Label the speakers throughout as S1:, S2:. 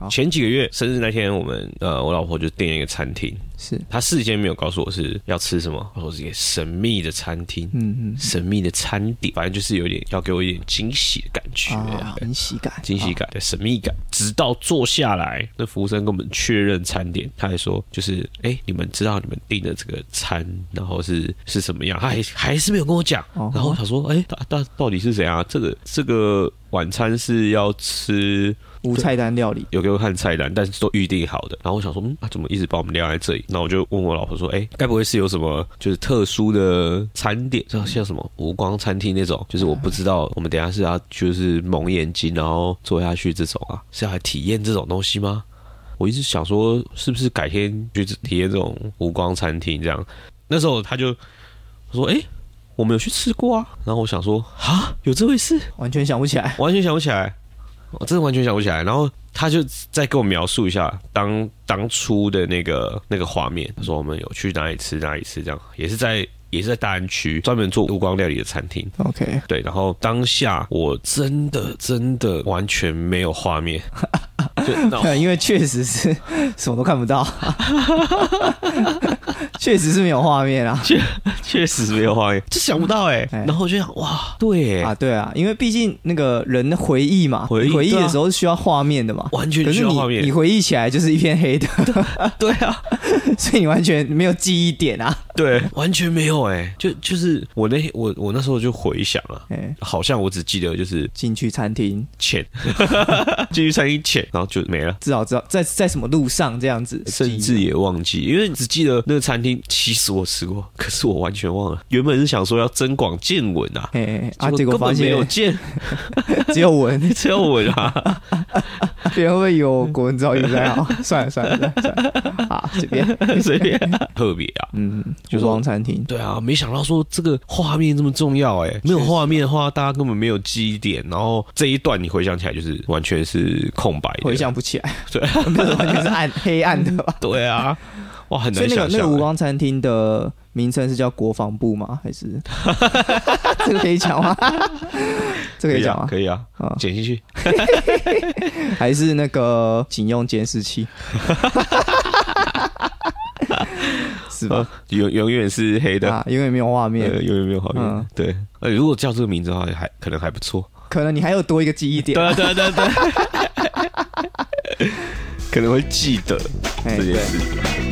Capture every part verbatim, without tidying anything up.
S1: 前几个月生日那天，我们呃我老婆就订了一个餐厅，
S2: 是
S1: 她事先没有告诉我是要吃什么，我说是一个神秘的餐厅，
S2: 嗯嗯，
S1: 神秘的餐点，反正就是有点要给我一点惊喜的感觉啊，
S2: 惊喜感，
S1: 惊喜感的神秘感。直到坐下来，那服务生跟我们确认餐点，他还说就是哎、欸，你们知道你们订的这个餐，然后是是什么样，他还还是没有跟我讲。哦、然后我想说，哎、欸，到到到底是怎样？这个这个晚餐是要吃
S2: 无菜单料理，
S1: 有给我看菜单，但是都预定好的。然后我想说，嗯，啊，怎么一直把我们晾在这里？然后我就问我老婆说，哎、欸，该不会是有什么就是特殊的餐点，像像什么无光餐厅那种？就是我不知道，我们等一下是要就是蒙眼睛，然后坐下去这种啊，是要来体验这种东西吗？我一直想说，是不是改天去体验这种无光餐厅这样？那时候他就说，哎、欸。我们有去吃过啊，然后我想说，啊，有这回事？
S2: 完全想不起来，
S1: 完全想不起来，我真的完全想不起来。然后他就再跟我描述一下当当初的那个那个画面，他说我们有去哪里吃哪里吃，这样也是在也是在大安区专门做无光料理的餐厅。
S2: OK，
S1: 对，然后当下我真的真的完全没有画面。
S2: 对，因为确实是什么都看不到，确实是没有画面啊，
S1: 确确实没有画面，就想不到哎、欸。然后我就想，哇，对
S2: 啊，对啊，因为毕竟那个人的回忆嘛，回忆回忆的时候是需要画面的嘛，
S1: 完全需要画面。
S2: 你, 你回忆起来就是一片黑的，
S1: 对啊，
S2: 所以你完全没有记忆点啊。
S1: 对，完全没有哎、欸，就就是我那我我那时候就回想了，欸、好像我只记得就是
S2: 进去餐厅
S1: 钱，进去餐厅钱，然后就没了。
S2: 至少知道在在什么路上这样子，
S1: 甚至也忘记，因为只记得那个餐厅，其实我吃过，可是我完全忘了。原本是想说要增广见闻啊，
S2: 欸、啊，结果发现
S1: 没有见，
S2: 只有闻，
S1: 只有闻啊。
S2: 别人会不会以为我国文造诣不太好？算了算了算了，好，随便
S1: 随便，特别啊，
S2: 嗯。就是光餐厅，
S1: 对啊，没想到说这个画面这么重要哎、欸，没有画面的话，大家根本没有记忆点，然后这一段你回想起来就是完全是空白的，
S2: 回想不起来，
S1: 对，
S2: 完全是暗黑暗的吧？
S1: 对啊，哇，很难想象、欸。
S2: 所以那个那个无光餐厅的名称是叫国防部吗？还是这个可以讲吗？这个可以讲吗？
S1: 可以啊，可以啊，剪进去。
S2: 还是那个警用监视器？是吧？
S1: 永永远是黑的，
S2: 啊、永远没有画面，
S1: 永远没有画面。嗯、对，呃，如果叫这个名字的话，还可能还不错。
S2: 可能你还有多一个记忆点、啊。
S1: 对对对对，可能会记得这件事。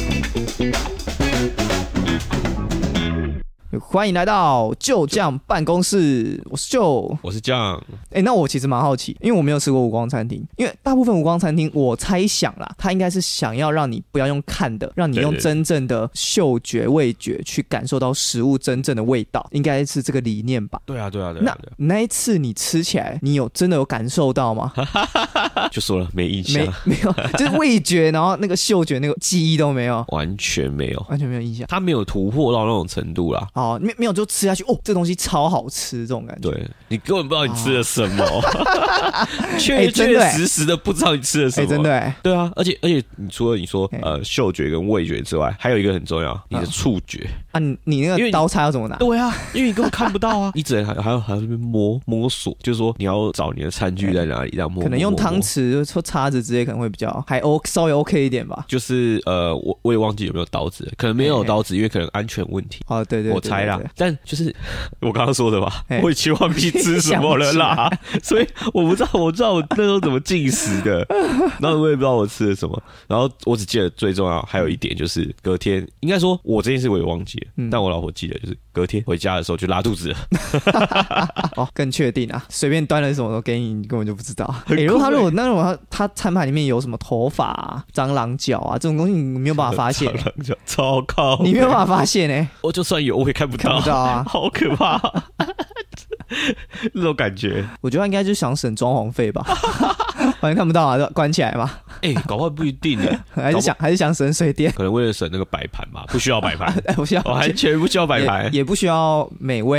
S2: 欢迎来到旧酱办公室，我是旧，
S1: 我是酱。
S2: 哎、欸，那我其实蛮好奇，因为我没有吃过无光餐厅，因为大部分无光餐厅，我猜想啦，它应该是想要让你不要用看的，让你用真正的嗅觉、味觉去感受到食物真正的味道，应该是这个理念吧？
S1: 对啊，对啊，对啊。
S2: 那那一次你吃起来，你有真的有感受到吗？
S1: 就说了没印象，
S2: 没没有，就是味觉，然后那个嗅觉、那个记忆都没有，
S1: 完全没有，
S2: 完全没有印象。
S1: 它没有突破到那种程度啦。
S2: 哦，没没有就吃下去，哦，这东西超好吃，这种感觉。
S1: 对，你根本不知道你吃了什么，确确实实的不知道你吃了什么。
S2: 哎、欸，真的哎。
S1: 对啊，而且而且，你除了你说呃嗅觉跟味觉之外，还有一个很重要，你的触觉
S2: 啊，你你那个刀叉要怎么拿？
S1: 对啊，因为你根本看不到啊，你只能还还要还要那边摸摸索，就是说你要找你的餐具在哪里，这样摸。
S2: 可能用汤匙或叉子之类可能会比较还 O 稍微 OK 一点吧。
S1: 就是呃，我我也忘记有没有刀子，可能没有刀子，因为可能安全问题。
S2: 哦，对 对, 對，
S1: 我猜啦。但就是我刚刚说的吧，我已经忘记吃什么了啦，所以我不知道，我不知道我那时候怎么进食的，然后我也不知道我吃了什么，然后我只记得最重要还有一点就是隔天，应该说我这件事我也忘记了，嗯、但我老婆记得就是隔天回家的时候就拉肚子了。
S2: 哦，更确定啊，随便端了什么都给你，你根本就不知道。哎、欸，如果他如果那如果他他餐盘里面有什么头发、啊、蟑螂脚啊这种东西，你没有办法发现、欸。
S1: 蟑螂脚超靠，
S2: 你没有办法发现哎、欸。
S1: 我就算有，我也看不到，
S2: 看不到啊，
S1: 好可怕、啊。那种感觉，
S2: 我觉得他应该就想省装潢费吧，反正看不到啊，关起来嘛。
S1: 哎、欸，搞不好不一定哎、
S2: 欸，还是想还是想省水电，
S1: 可能为了省那个摆盘吧，不需要摆盘，
S2: 不需要，
S1: 完全不需要摆盘，
S2: 也, 也不需要美味。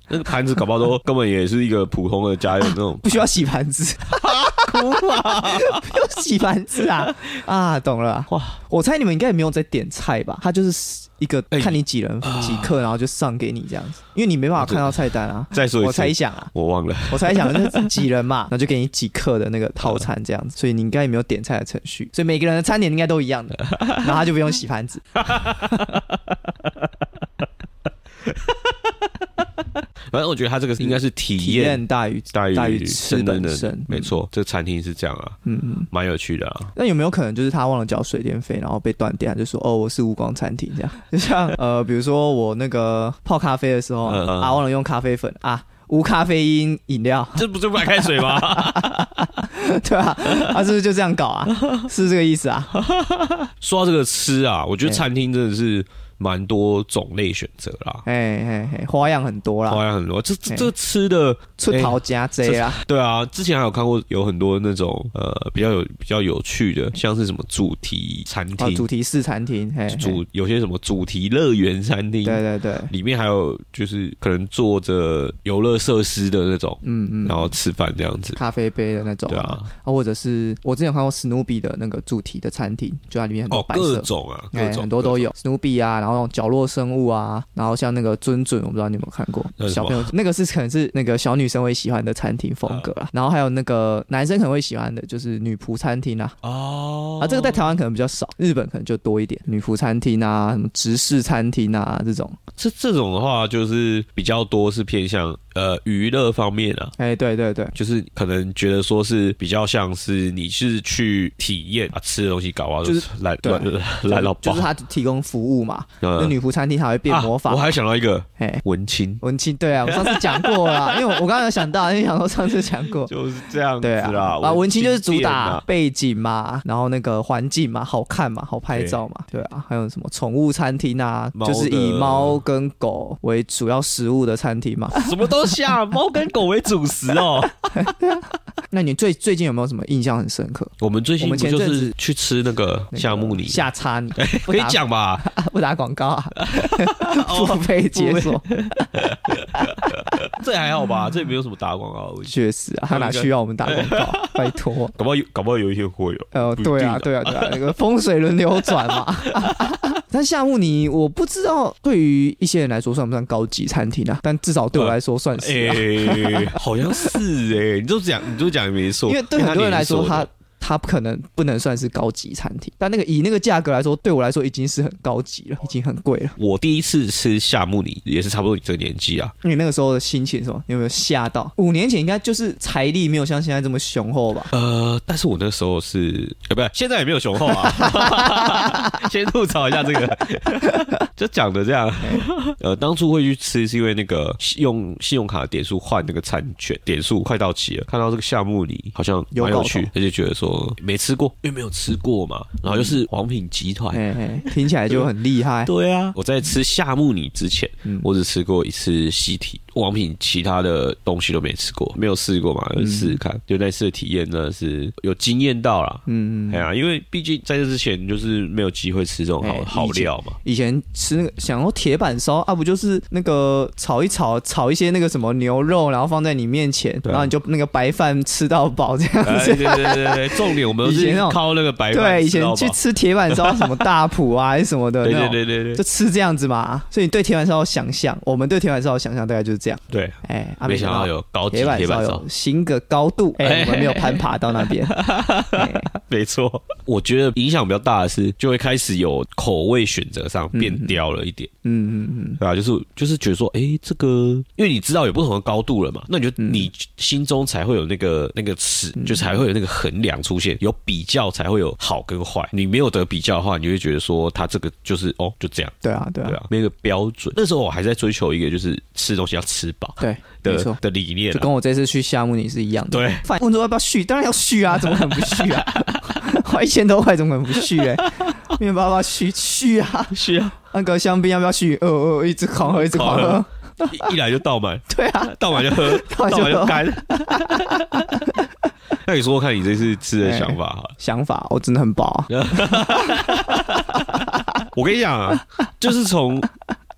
S1: 那个盘子搞不好都根本也是一个普通的家用那种，
S2: 不需要洗盘子。哭啊！不用洗盘子啊！啊，懂了。哇，我猜你们应该也没有在点菜吧？他就是一个看你几人、欸、几克，然后就上给你这样子，因为你没办法看到菜单啊。
S1: 再说一次，
S2: 我猜想啊，
S1: 我忘了，
S2: 我猜想就是几人嘛，然后就给你几克的那个套餐这样子，所以你应该也没有点菜的程序，所以每个人的餐点应该都一样的，然后他就不用洗盘子。
S1: 反正我觉得他这个应该是体验，
S2: 体验大于
S1: 大于
S2: 大于吃本身，嗯、
S1: 没错，这个餐厅是这样啊，嗯嗯，蛮有趣的啊。
S2: 那有没有可能就是他忘了缴水电费，然后被断电，就说哦我是无光餐厅这样？就像呃，比如说我那个泡咖啡的时候、嗯嗯、啊，忘了用咖啡粉啊，无咖啡因饮料，
S1: 这不是白开水吗？
S2: 对啊，他是不是就这样搞啊？是这个意思啊？
S1: 说到这个吃啊，我觉得餐厅真的是。蛮多种类选择啦，
S2: 哎哎哎，花样很多啦，
S1: 花样很多。这这这吃的
S2: 出头加贼啊，
S1: 对啊，之前还有看过有很多那种呃比较有比较有趣的，像是什么主题餐厅、
S2: 哦、主题式餐厅，嘿嘿
S1: 主有些什么主题乐园餐厅，
S2: 对对对，
S1: 里面还有就是可能坐着游乐设施的那种，嗯嗯，然后吃饭这样子，
S2: 咖啡杯的那种，
S1: 对啊，
S2: 啊或者是我之前有看过史努比的那个主题的餐厅，就在里面很多摆设，
S1: 哦各种啊，各种
S2: 很多都有史努比啊，然后那种角落生物啊，然后像那个尊尊，我不知道你有没有看过，小朋友那个是可能是那个小女生会喜欢的餐厅风格啊，然后还有那个男生可能会喜欢的就是女仆餐厅啊，哦，啊这个在台湾可能比较少，日本可能就多一点，女仆餐厅啊，什么直式餐厅啊这种，
S1: 这这种的话就是比较多是偏向呃娱乐方面啊，
S2: 哎、欸、对对对，
S1: 就是可能觉得说是比较像是你是去体验啊吃的东西搞啊，就是来来来到爆，
S2: 就是他提供服务嘛。那女仆餐厅它会变魔法、
S1: 啊，我还想到一个，哎，文青，
S2: 文青，对啊，我上次讲过了，因为我刚刚有想到，因为想说上次讲过，
S1: 就是这样子啦。
S2: 啊，文青就是主打背景嘛，然后那个环境嘛，好看嘛，好拍照嘛，对啊，还有什么宠物餐厅啊，就是以猫跟狗为主要食物的餐厅嘛，
S1: 什么都下猫跟狗为主食哦。
S2: 那你最最近有没有什么印象很深刻？
S1: 我们最近不就是去吃那个夏目里
S2: 下叉你，
S1: 可以讲吧？
S2: 不打广告啊，付费解锁。
S1: 这还好吧？这也没有什么打广告的问题。
S2: 确实啊，他哪需要我们打广告？拜托，
S1: 搞不好有，搞不好有一天会有。
S2: 呃，对啊，对啊，对啊，那个风水轮流转嘛。但夏目里我不知道对于一些人来说算不算高级餐厅啊？但至少对我来说算是、啊。
S1: 欸、好像是哎、欸，你就讲，你就讲也没错。
S2: 因为对很多人来说，他。它可能不能算是高级餐厅，但那个以那个价格来说，对我来说已经是很高级了，已经很贵了。
S1: 我第一次吃夏目里也是差不多你这个年纪啊。
S2: 你那个时候的心情是什么？你有没有吓到？五年前应该就是财力没有像现在这么雄厚吧？
S1: 呃，但是我那时候是，呃，不是，现在也没有雄厚啊。先吐槽一下这个，就讲的这样。呃，当初会去吃是因为那个用信用卡的点数换那个餐券，点数快到期了，看到这个夏目里好像蛮有趣，而且觉得说。没吃过，因为没有吃过嘛，然后又是王品集团，
S2: 嘿嘿听起来就很厉害。
S1: 对啊，我在吃夏目里之前，嗯、我只吃过一次西提，王品其他的东西都没吃过，没有试过嘛，就试试看。嗯、就那次的体验呢是有惊艳到啦，嗯嗯，哎呀、啊，因为毕竟在这之前就是没有机会吃这种好、欸、好料嘛。
S2: 以前吃那个想要铁板烧啊，不就是那个炒一炒，炒一些那个什么牛肉，然后放在你面前，啊、然后你就那个白饭吃到饱这样子。
S1: 哎、对对对对，重点我们都是靠那个白饭。
S2: 对，以前去吃铁板烧什么大埔啊还是什么的，
S1: 对对对对对，
S2: 就吃这样子嘛。所以你对铁板烧的想象，我们对铁板烧的想象大概就是这样。
S1: 对，哎、欸，没想到有高级铁板烧，有
S2: 新的高度，哎、欸，我们没有攀爬到那边。
S1: 欸、没错，我觉得影响比较大的是，就会开始有口味选择上变刁了一点。嗯嗯嗯，对啊，就是就是觉得说，哎、欸，这个，因为你知道有不同的高度了嘛，那你就、嗯、你心中才会有那个那个尺，就才会有那个衡量出现，有比较才会有好跟坏。你没有得比较的话，你就会觉得说，它这个就是哦，就这样。
S2: 对啊，对啊，
S1: 对啊，没有个标准。那时候我还在追求一个，就是吃东西要吃饱。
S2: 对。
S1: 的
S2: 没错
S1: 的理念、啊，
S2: 就跟我这次去夏目里是一样的。
S1: 对，
S2: 饭问说要不要续，当然要续啊，怎么可能不续啊？花一千多块怎么可能不续嘞、欸？面包要不要续？续啊，
S1: 续啊。
S2: 那个香槟要不要续？呃呃，一直狂喝，一直狂喝，
S1: 一, 一来就倒满。
S2: 对啊，
S1: 倒满就喝，倒满就干。那你说说看你这次吃的想法好了、欸、
S2: 想法我真的很饱、啊。
S1: 我跟你讲啊，就是从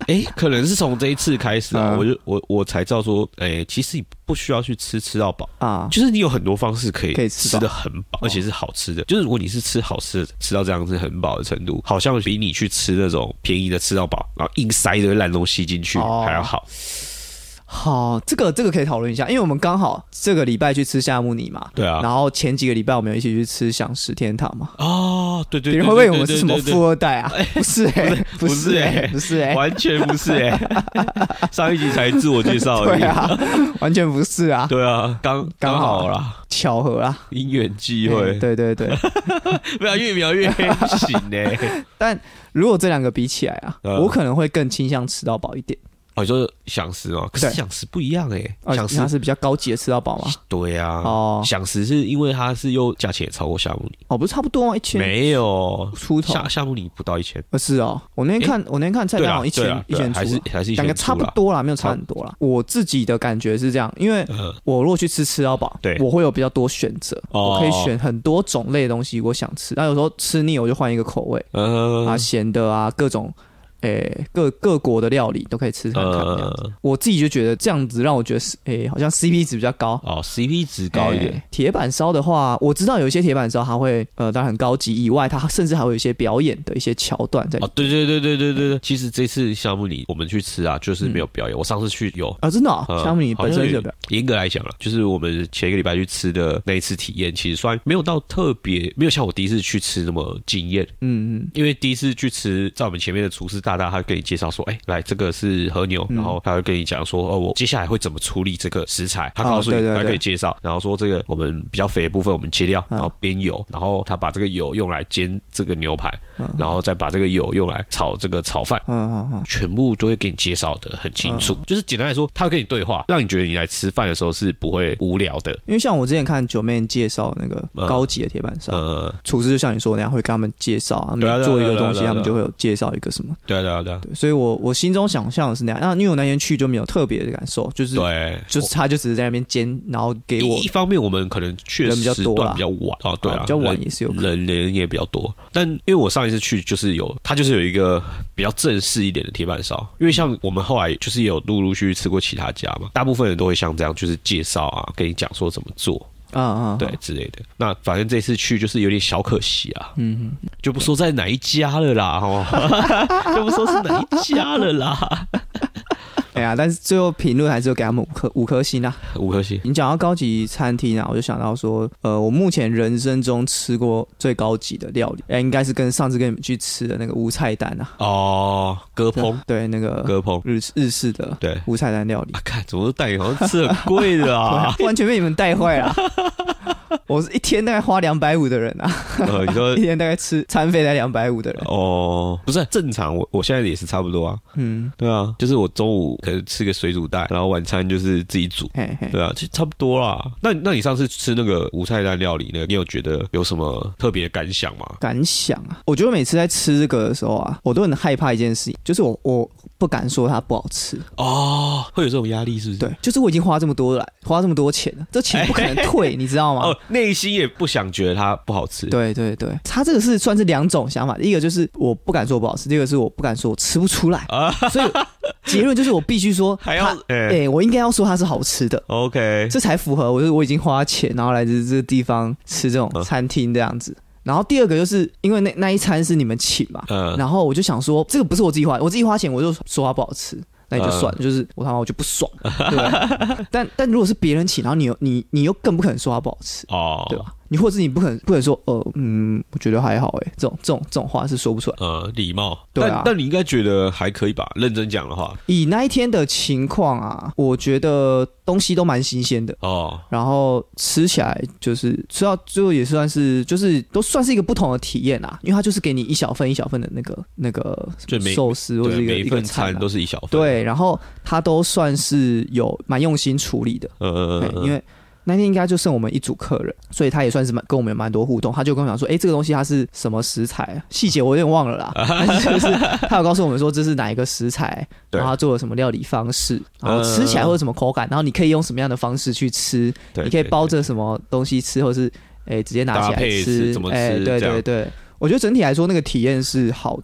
S1: 哎、欸，可能是从这一次开始啊，
S2: 嗯、
S1: 我就我我才知道说，哎、欸，其实你不需要去吃吃到饱
S2: 啊，
S1: 就是你有很多方式可以
S2: 可以
S1: 吃得很饱，而且是好吃的。就是如果你是吃好吃的，吃到这样子很饱的程度，好像比你去吃那种便宜的吃到饱，然后硬塞一堆烂东西进去还要好。
S2: 好，这个这个可以讨论一下，因为我们刚好这个礼拜去吃夏目尼嘛，
S1: 对啊，
S2: 然后前几个礼拜我们有一起去吃享食天堂嘛，
S1: 哦，对对，
S2: 别人会不会以为我们是什么富二代啊？不是哎、欸，
S1: 不是哎、欸，
S2: 不是哎、欸，
S1: 完全不是哎、欸，上一集才自我介绍而已，
S2: 对啊，完全不是啊，
S1: 对啊，刚刚好啦，
S2: 巧合啦，
S1: 因缘际会、
S2: 欸，对对对，
S1: 不要越描越黑不行哎、欸，
S2: 但如果这两个比起来啊，嗯、我可能会更倾向吃到饱一点。
S1: 哦，你说享食哦，可是享食不一样哎、欸，享食、
S2: 哦、它是比较高级的吃到饱吗？
S1: 对啊，哦，享食是因为它是又价钱也超过夏目尼，
S2: 哦，不是差不多吗？一千
S1: 没有
S2: 出头，
S1: 夏夏目尼不到一千，
S2: 呃是哦，我那天看、欸、我那天看菜单好像一千一千出，
S1: 还是还是
S2: 两个差不多啦，没有差很多啦。我自己的感觉是这样，因为我如果去吃吃到饱，
S1: 对，
S2: 我会有比较多选择，
S1: 哦、
S2: 我可以选很多种类的东西，我想吃。那有时候吃腻，我就换一个口味，嗯、啊，咸的啊，各种。诶、欸，各各国的料理都可以吃看看这样子、呃。我自己就觉得这样子让我觉得，诶、欸，好像 C P 值比较高
S1: 哦 ，C P 值高一点。
S2: 铁、欸、板烧的话，我知道有一些铁板烧它会，呃，当然很高级以外，它甚至还会有一些表演的一些桥段在。
S1: 哦，对对对对对对对。其实这次夏目尼我们去吃啊，就是没有表演。嗯、我上次去有
S2: 啊，真的啊、哦，夏目尼本身就有表演。
S1: 严格来讲啊，就是我们前一个礼拜去吃的那一次体验，其实算没有到特别，没有像我第一次去吃那么惊艳。嗯嗯。因为第一次去吃，在我们前面的厨师大大他跟你介绍。说，哎、欸，来，这个是和牛，然后他会跟你讲说，哦，我接下来会怎么处理这个食材，他告诉你，哦、对对对他可以介绍，然后说这个我们比较肥的部分我们切掉，然后煸油，然后他把这个油用来煎这个牛排，嗯、然后再把这个油用来炒这个炒饭，嗯嗯、全部都会给你介绍的很清楚，嗯、就是简单来说，他会跟你对话，让你觉得你来吃饭的时候是不会无聊的。
S2: 因为像我之前看九妹介绍那个高级的铁板烧，嗯、厨师就像你说那样，会跟他们介绍，他们做一个东西，他们就会有介绍一个什么，
S1: 对对对对，
S2: 所以我我心中想。想象的是那样，那因为我那天去就没有特别的感受，就是对，就是他就只是在那边煎，然后给我。
S1: 一方面我们可能确实时段比较晚啊，对啊，
S2: 比较晚也是有可能
S1: 人人也比较多。但因为我上一次去就是有，他就是有一个比较正式一点的铁板烧，因为像我们后来就是也有陆陆续续吃过其他家嘛，大部分人都会像这样，就是介绍啊，跟你讲说怎么做。啊啊，对之类的。那反正这次去就是有点小可惜啊，嗯，就不说在哪一家了啦，哈，就不说是哪一家了啦。
S2: 哎呀，但是最后评论还是有给他们五颗五颗星啊，
S1: 五颗星。
S2: 你讲到高级餐厅啊，我就想到说，呃，我目前人生中吃过最高级的料理，哎，应该是跟上次跟你们去吃的那个无菜单啊。
S1: 哦，割烹，
S2: 对，那个
S1: 割烹
S2: 日日式的对无菜单料理。
S1: 啊，看怎么都带，好像吃很贵的啊，
S2: 完全被你们带坏了。我是一天大概花两百五的人啊，
S1: 呃，你说
S2: 一天大概吃餐费才两百五的人
S1: 哦，不是正常，我我现在也是差不多啊，嗯，对啊，就是我中午可能吃个水煮蛋，然后晚餐就是自己煮，嘿嘿对啊，其实差不多啦。那那你上次吃那个无菜单料理呢，你有觉得有什么特别的感想吗？
S2: 感想啊，我觉得每次在吃这个的时候啊，我都很害怕一件事情，就是我我不敢说它不好吃
S1: 哦，会有这种压力是不是？
S2: 对，就是我已经花这么多来，花这么多钱了，这钱不可能退，欸、你知道吗？
S1: 哦，内心也不想觉得它不好吃。
S2: 对对对，它这个是算是两种想法，一个就是我不敢说不好吃，第二个是我不敢说我吃不出来啊，所以结论就是我必须说还要哎、欸欸，我应该要说它是好吃的 ，OK， 这才符合我就是我已经花钱然后来自这个地方吃这种餐厅这样子。嗯，然后第二个就是因为那那一餐是你们请嘛，嗯，然后我就想说这个不是我自己花，我自己花钱我就说它不好吃，那也就算了，嗯、就是我他妈我就不爽，对吧？但但如果是别人请，然后你又你你又更不可能说它不好吃，哦，对吧？你或者是你不可能不可能说呃嗯，我觉得还好哎、欸，这种这种这种话是说不出来。
S1: 呃，礼貌，
S2: 对啊，
S1: 但但你应该觉得还可以吧？认真讲的话，
S2: 以那一天的情况啊，我觉得东西都蛮新鲜的哦，然后吃起来就是吃到最后也算是就是都算是一个不同的体验啊，因为它就是给你一小份一小份的那个那个寿司或者一个
S1: 每一份
S2: 餐、
S1: 啊、都是一小份，
S2: 对，然后它都算是有蛮用心处理的，呃，因为。那天应该就剩我们一组客人，所以他也算是跟我们有蛮多互动。他就跟我讲说：“哎、欸，这个东西它是什么食材、啊？细节我有点忘了啦。但是就是他有告诉我们说这是哪一个食材，然后他做了什么料理方式，然后吃起来会有什么口感，然后你可以用什么样的方式去吃，你可以包着什么东西吃，或是哎、欸、直接拿起来吃，
S1: 怎么吃？哎、欸，
S2: 对对对，我觉得整体来说那个体验是好的啦。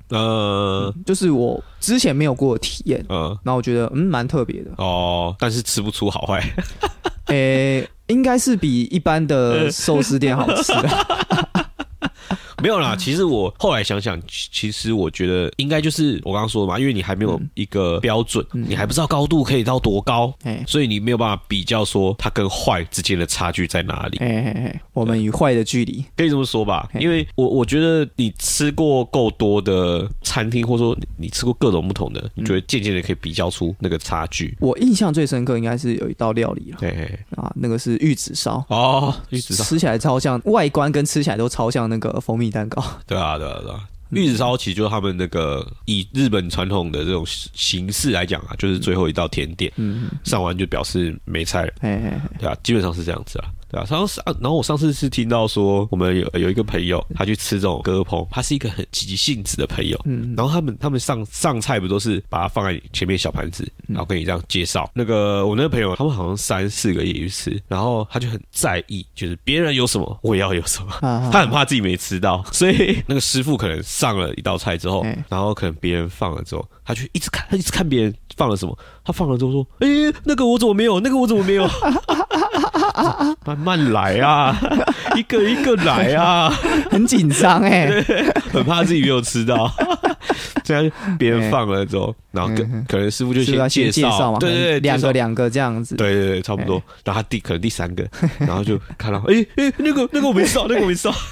S1: 呃、
S2: 嗯，就是我之前没有过的体验，嗯，然后我觉得嗯蛮特别的
S1: 哦，但是吃不出好坏，
S2: 诶、欸，应该是比一般的寿司店好吃的。
S1: 没有啦，其实我后来想想，其实我觉得应该就是我刚刚说的嘛，因为你还没有一个标准，嗯、你还不知道高度可以到多高，嗯、所以你没有办法比较说它跟坏之间的差距在哪里。
S2: 嘿嘿嘿，我们与坏的距离
S1: 可以这么说吧，因为我我觉得你吃过够多的餐厅，或者说你吃过各种不同的，你觉得渐渐的可以比较出那个差距。
S2: 我印象最深刻应该是有一道料理了，
S1: 嘿嘿
S2: 啊，那个是玉子烧
S1: 哦，玉子烧
S2: 吃起来超像，外观跟吃起来都超像那个蜂蜜蛋糕。
S1: 对啊，对啊，对啊。玉子烧其实就是他们那个以日本传统的这种形式来讲啊，就是最后一道甜点，嗯，上完就表示没菜了，嘿嘿嘿对啊，基本上是这样子啊。对啊，上次啊，然后我上次是听到说，我们有有一个朋友，他去吃这种割烹，他是一个很急性子的朋友，嗯，然后他们他们上上菜不都是把它放在前面小盘子，然后跟你这样介绍。那个我那个朋友，他们好像三四个一起去吃，然后他就很在意，就是别人有什么，我也要有什么，他很怕自己没吃到，所以那个师傅可能上了一道菜之后，然后可能别人放了之后，他就一直看，他一直看别人放了什么，他放了之后说，哎、欸，那个我怎么没有？那个我怎么没有？慢慢来啊，一个一个来啊，
S2: 很紧张哎，
S1: 很怕自己没有吃到。这样别人放了之后，然后跟可能师傅就先介绍嘛，对对对，
S2: 两个两个这样子，
S1: 对对对，差不多。然后他第可能第三个，然后就看到，哎、欸、哎、欸，那个那个我没吃到，那个我没吃到。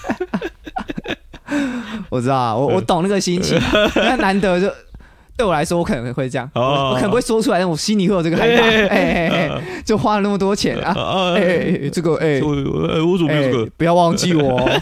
S2: 我知道啊，我我懂那个心情，那难得就。对我来说，我可能会这样，哦、我可能不会说出来，但我心里会有这个害怕。哎哎哎，就花了那么多钱啊！哎、欸，这个哎，欸、
S1: 我怎么没有这个、欸？
S2: 不要忘记我、哦，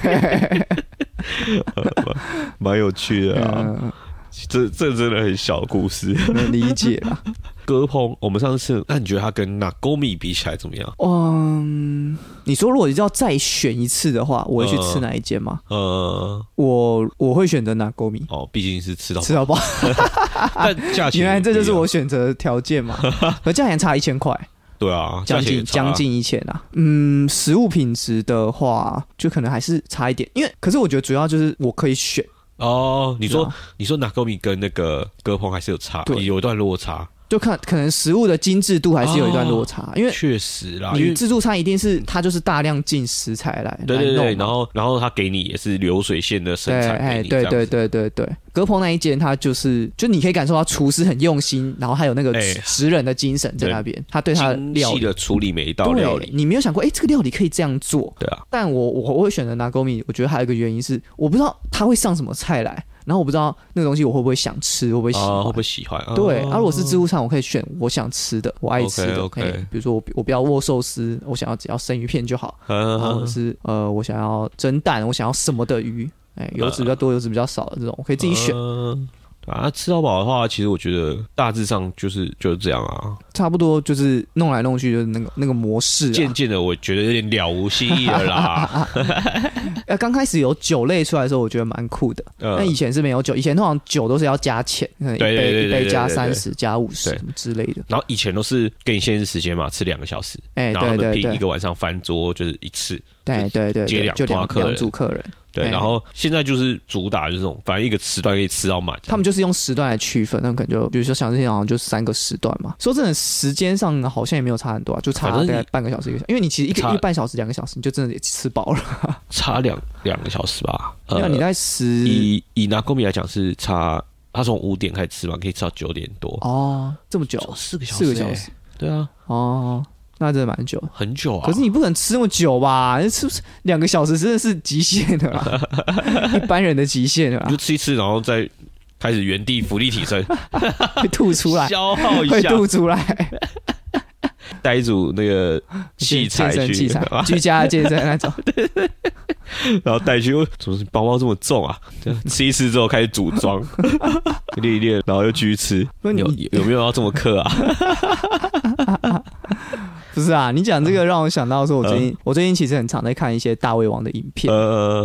S1: 蛮有趣的啊。嗯、这这真的很小的故事，
S2: 能理解啦。
S1: 割烹，我们上次吃，那你觉得它跟Nagomi比起来怎么样？
S2: 嗯，你说如果要再选一次的话，我会去吃哪一间吗？呃，我我会选择Nagomi。
S1: 哦，毕竟是吃到
S2: 吃到饱，
S1: 但价钱
S2: 原来这就是我选择的条件嘛？可价钱差一千块。
S1: 对啊，
S2: 将近将近一千啊。嗯，食物品质的话，就可能还是差一点，因为可是我觉得主要就是我可以选。
S1: 哦，你说你说Nagomi跟那个割烹还是有差，有一段落差。
S2: 就看可能食物的精致度还是有一段落差，哦、因为
S1: 确实啦，
S2: 你自助餐一定是它就是大量进食材来，
S1: 对对对，然后然后他给你也是流水线的生产给你，
S2: 对对对对对。割烹那一间，它就是就你可以感受到厨师很用心，然后还有那个职人的精神在那边，他对他的料理
S1: 精细的处理每一道料理，
S2: 你没有想过，哎、欸，这个料理可以这样做，
S1: 对啊。
S2: 但我我我会选择Nagomi，我觉得还有一个原因是，我不知道他会上什么菜来。然后我不知道那个东西我会不会想吃，会不会喜欢？
S1: 啊、会不会喜欢？啊、
S2: 对，啊，如果是自助餐，我可以选我想吃的，我爱吃的。
S1: OK，, okay.
S2: 比如说我我不要握寿司，我想要只要生鱼片就好。啊、或者是呃，我想要蒸蛋，我想要什么的鱼？哎，油脂比较多，油脂比较少的这种，我可以自己选。
S1: 啊啊，吃到饱的话，其实我觉得大致上就是就是这样啊，
S2: 差不多就是弄来弄去就是那个那个模式、啊。
S1: 渐渐的，我觉得有点了无新意了啦。
S2: 呃，刚开始有酒类出来的时候，我觉得蛮酷的。那、呃、以前是没有酒，以前通常酒都是要加钱，可能一杯一杯加三十、加五十什么之类的。
S1: 然后以前都是给你限制时间嘛，吃两个小时，哎、欸，然后他们拼一个晚上翻桌就是一次，
S2: 对对对，
S1: 接两桌客人，
S2: 两组客人。
S1: 对，然后现在就是主打就是这种，反正一个时段可以吃到满。
S2: 他们就是用时段来区分，那可能就比如说像这些好像就三个时段嘛。说真的，时间上好像也没有差很多啊，就差大概半个小时一个小时。因为你其实一个一个半小时、两个小时，你就真的也吃饱了。
S1: 差两两个小时吧。
S2: 那、呃、你在十
S1: 以以Nagomi来讲是差，他从五点开始吃嘛，可以吃到九点多。
S2: 哦，这么久，
S1: 四个小时、
S2: 欸，四个小时。
S1: 对啊。
S2: 哦。那真的蛮久，
S1: 很久啊！
S2: 可是你不可能吃那么久吧？吃两个小时真的是极限的啦，一般人的极限的啦。
S1: 你就吃一吃，然后再开始原地伏地挺身，
S2: 会吐出来，
S1: 消耗一下，
S2: 会吐出来。
S1: 带一组那个器材去，
S2: 器材居家健身那种。
S1: 然后带去，怎么包包这么重啊？吃一吃之后开始组装，练一练，然后又继续吃。有有没有要这么克啊？
S2: 不是啊，你讲这个让我想到说，我最近、呃、我最近其实很常在看一些大胃王的影片，呃，对啊，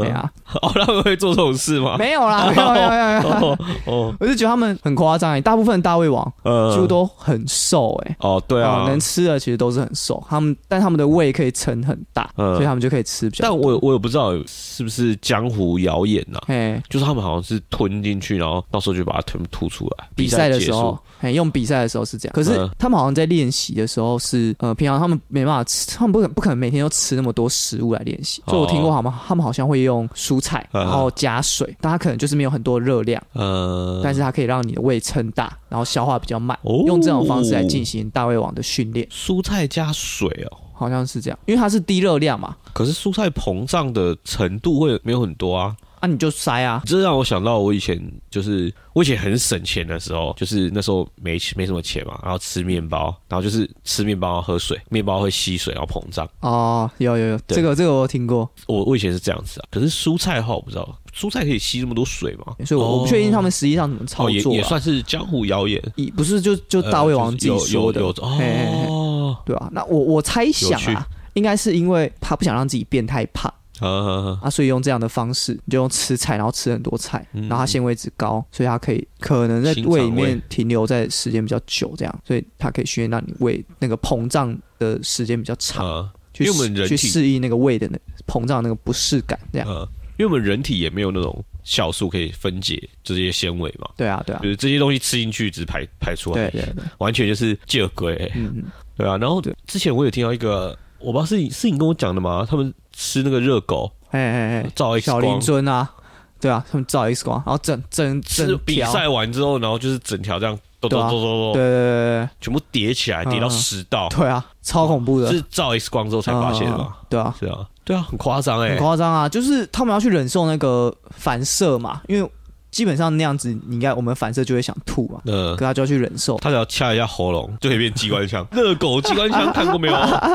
S1: 哦，他们会做这种事吗？
S2: 没有啦，没有没有没有没有。
S1: 哦哦，
S2: 我就觉得他们很夸张哎，大部分大胃王
S1: 呃
S2: 几乎都很瘦哎。
S1: 哦，对啊，
S2: 哦能吃的其实都是很瘦，他们但他们的胃可以撑很大，
S1: 嗯
S2: 所以他们就可以吃比较多。
S1: 但我我也不知道是不是江湖谣言呐、啊，
S2: 哎，
S1: 就是他们好像是吞进去，然后到时候就把它吞吐出来。
S2: 比赛的时候
S1: 结束，
S2: 哎，用比赛的时候是这样，可是
S1: 嗯
S2: 他们好像在练习的时候是呃，平常他们没办法吃，他们不可不可能每天都吃那么多食物来练习，所以我听过他们他们好像会用蔬菜，
S1: 嗯
S2: 然后加水，但它可能就是没有很多热量，
S1: 呃，
S2: 但是它可以让你的胃撑大，然后消化比较慢，
S1: 哦
S2: 用这种方式来进行大胃王的训练，
S1: 蔬菜加水哦。
S2: 好像是这样，因为它是低热量嘛，
S1: 可是蔬菜膨胀的程度会没有很多啊。
S2: 啊你就塞啊，
S1: 这让我想到我以前就是我以前很省钱的时候，就是那时候没没什么钱嘛，然后吃面包，然后就是吃面包然后喝水，面包会吸水然后膨胀。
S2: 哦，有有有，这个这个我有听过，
S1: 我我以前是这样子啊，可是蔬菜的话我不知道，蔬菜可以吸那么多水吗？
S2: 所以我、哦、我不确定他们实际上怎么操作、啊
S1: 哦也，也算是江湖谣言，
S2: 不是就就大胃王自己说的，
S1: 呃就是、有有有
S2: 嘿嘿嘿
S1: 哦，
S2: 对啊，那我我猜想啊，应该是因为他不想让自己变太胖。
S1: 啊
S2: 啊，所以用这样的方式，你就用吃菜，然后吃很多菜，嗯、然后它纤维质高，所以它可以可能在胃里面停留在时间比较久，这样，所以它可以训练让你胃那个膨胀的时间比较长，啊、去
S1: 因为我们人体
S2: 去适应那个胃的那膨胀那个不适感，这样。
S1: 啊因为我们人体也没有那种酵素可以分解这些纤维嘛。
S2: 对啊，对啊，
S1: 就是这些东西吃进去只排排出来，
S2: 对对对，
S1: 完全就是借鬼、欸。
S2: 嗯嗯，
S1: 对啊。然后之前我有听到一个，我不知道是你是你跟我讲的吗？他们吃那个热狗，
S2: 哎哎哎，
S1: 照 X 光，
S2: 小林尊啊，对啊，他们照 X 光，然后整整整
S1: 比赛完之后，然后就是整条这样。咚咚咚咚咚，
S2: 对对对对，
S1: 全部叠起来，叠到十道，
S2: 对啊，超恐怖的，
S1: 是照 X 光之后才发现的嘛？
S2: 对啊，
S1: 是啊，对啊，很夸张哎，
S2: 很夸张啊，就是他们要去忍受那个反射嘛，因为基本上那样子，你应该我们反射就会想吐嘛，嗯，可他就要去忍受，
S1: 他只要掐一下喉咙就可以变机关枪，热狗机关枪看过没有？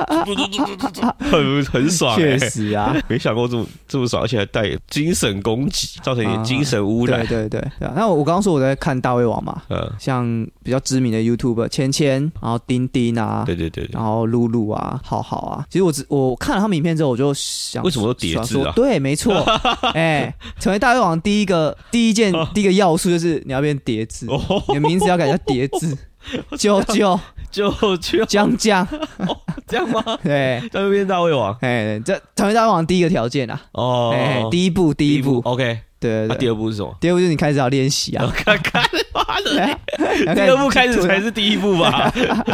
S1: 很很爽，
S2: 确实啊，
S1: 没想过这么这么爽，而且还带精神攻击，造成一点精神污染。
S2: 对对对对啊！那我刚刚说我在看大胃王嘛，嗯，像比较知名的 YouTuber 芊芊，然后丁丁啊，
S1: 对对对，
S2: 然后露露啊，浩浩啊，其实我只我看了他们影片之后，我就想，
S1: 为什么都叠字啊？
S2: 对，没错，哎，成为大胃王第一个第一件。第一个要素就是你要变叠字，哦、你的名字要改叫叠字，啾啾
S1: 啾啾
S2: 江江，
S1: 哦，这样吗？
S2: 对，
S1: 在那变大胃王，
S2: 哎，这成为大胃王第一个条件啊，
S1: 哦，
S2: 哎，第一步，第一步
S1: ，OK，
S2: 对对
S1: 对，第二步是什么？
S2: 第二步就是你开始要练习啊，
S1: 看看，妈的，第二步开始才是第一步吧？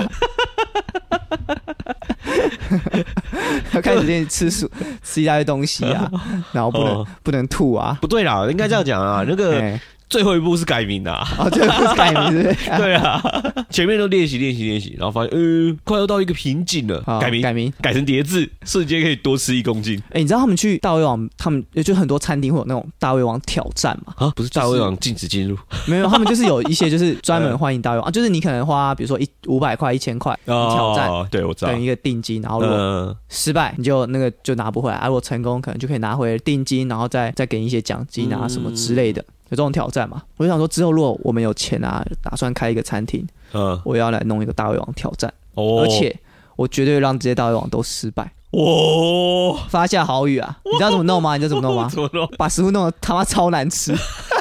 S2: 要开始练吃素，吃一大堆东西啊，然后不能、哦、不能吐啊。
S1: 不对啦，应该这样讲啊。那个最后一步是改名啊。
S2: 哦，最后一步是改名是不是？
S1: 对啊，前面都练习练习练习，然后发现，呃，快要到一个瓶颈了，
S2: 哦、
S1: 改名
S2: 改名
S1: 改成叠字，瞬间可以多吃一公斤。
S2: 哎、欸，你知道他们去大胃王，他们就很多餐厅会有那种大胃王挑战嘛？
S1: 啊，不是大胃王禁止进入，
S2: 没有，他们就是有一些就是专门欢迎大胃王啊，就是你可能花比如说一五百块、一千块挑战，
S1: 哦，对我知道，
S2: 等一个定金，然后如果失败，你就那个就拿不回来；啊，如果成功，可能就可以拿回定金，然后再再给你一些奖金啊、嗯、什么之类的。有这种挑战嘛？我就想说，之后如果我们有钱啊，打算开一个餐厅，嗯，我要来弄一个大胃王挑战，哦，而且我绝对让这些大胃王都失败。哦，发下豪语啊！你知道怎么弄吗？你知道怎么弄吗？
S1: 怎么弄？
S2: 把食物弄得他妈超难吃。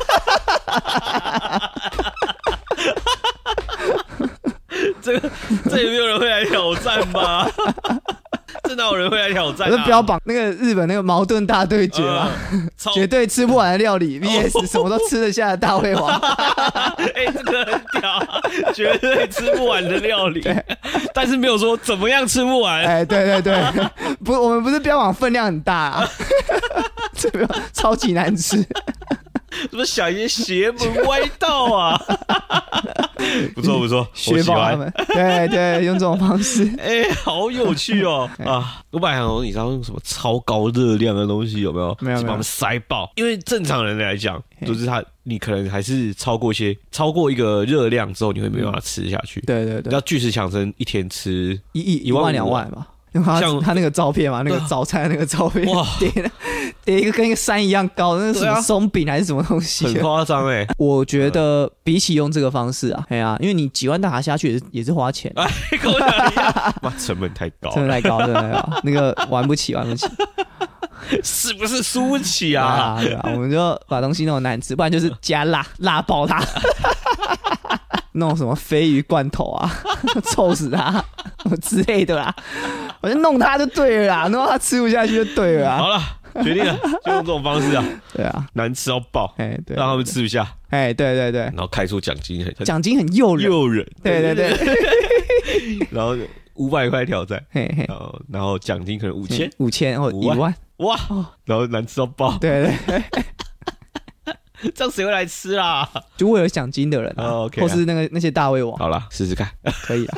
S1: 这个这也没有人会来挑战吧？这哪有人会来挑战、啊？
S2: 我是标榜那个日本那个矛盾大对决嘛，呃、绝对吃不完的料理 V S 什么都吃得下的大胃王。
S1: 哎、欸，这个很屌，绝对吃不完的料理，但是没有说怎么样吃不完。
S2: 哎、欸，对对对，不，我们不是标榜分量很大啊，这个超级难吃。
S1: 怎么想一些邪门歪道啊？不错不错，
S2: 学爆他们，对对，用这种方式，
S1: 哎、欸，好有趣哦啊！我本来想说，你知道用什么超高热量的东西有没有？
S2: 没有，
S1: 把他们塞爆。因为正常人来讲，就是他，你可能还是超过一些，超过一个热量之后，你会没办法吃下去。
S2: 对对对，
S1: 要巨石强森一天吃
S2: 一亿一万两万吧。用他
S1: 像
S2: 他那个照片嘛，那个早餐的那个照片，哇，叠叠一个跟一个山一样高，那是什么松饼还是什么东西？
S1: 很夸张哎！
S2: 我觉得比起用这个方式啊，哎呀、啊，因为你几万大卡下去也是也是花钱，
S1: 哎，跟我讲一样，妈成本太高，
S2: 成本太高，真的那个玩不起，玩不起。
S1: 是不是输不起啊？
S2: 啊对啊，我们就把东西弄得难吃，不然就是加辣辣爆它，弄什么鲱鱼罐头啊，臭死它之类的啦，我就弄它就对了啦，弄到它吃不下去就对了啦。
S1: 好了。决定了，就用这种方式啊，
S2: 对啊，
S1: 难吃到爆，
S2: 哎，对，
S1: 让他们吃不下，
S2: 哎，对对对，
S1: 然后开出奖金，
S2: 奖金很诱人，
S1: 诱人，
S2: 对对对，
S1: 然后五百块挑战，
S2: 嘿嘿，
S1: 然后然后奖金可能五千、
S2: 五千或一万，
S1: 哇，然后难吃到爆，
S2: 对对，
S1: 这样谁会来吃啦？
S2: 就为了奖金的人啊，
S1: 哦 okay 啊
S2: 或是那个那些大胃王，
S1: 好啦，试试看，
S2: 可以啊。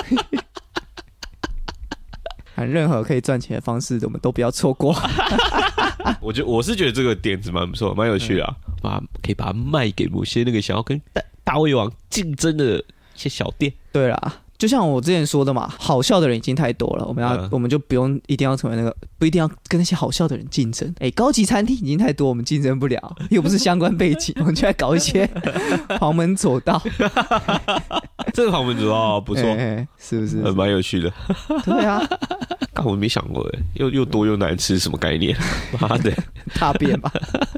S2: 看任何可以赚钱的方式，我们都不要错过。
S1: 我觉得我是觉得这个点子蛮不错，蛮有趣的啊，把它可以把它卖给某些那个想要跟大大胃王竞争的一些小店。
S2: 对啦，就像我之前说的嘛，好笑的人已经太多了，我们要、嗯、我们就不用一定要成为那个，不一定要跟那些好笑的人竞争。哎，高级餐厅已经太多，我们竞争不了，又不是相关背景，我们就来搞一些旁门左道。
S1: 这个旁门左道不错，
S2: 欸欸是不是？
S1: 呃，蛮有趣的。
S2: 对啊，
S1: 但我没想过，哎，又又多又难吃，什么概念？妈的，
S2: 大便吧。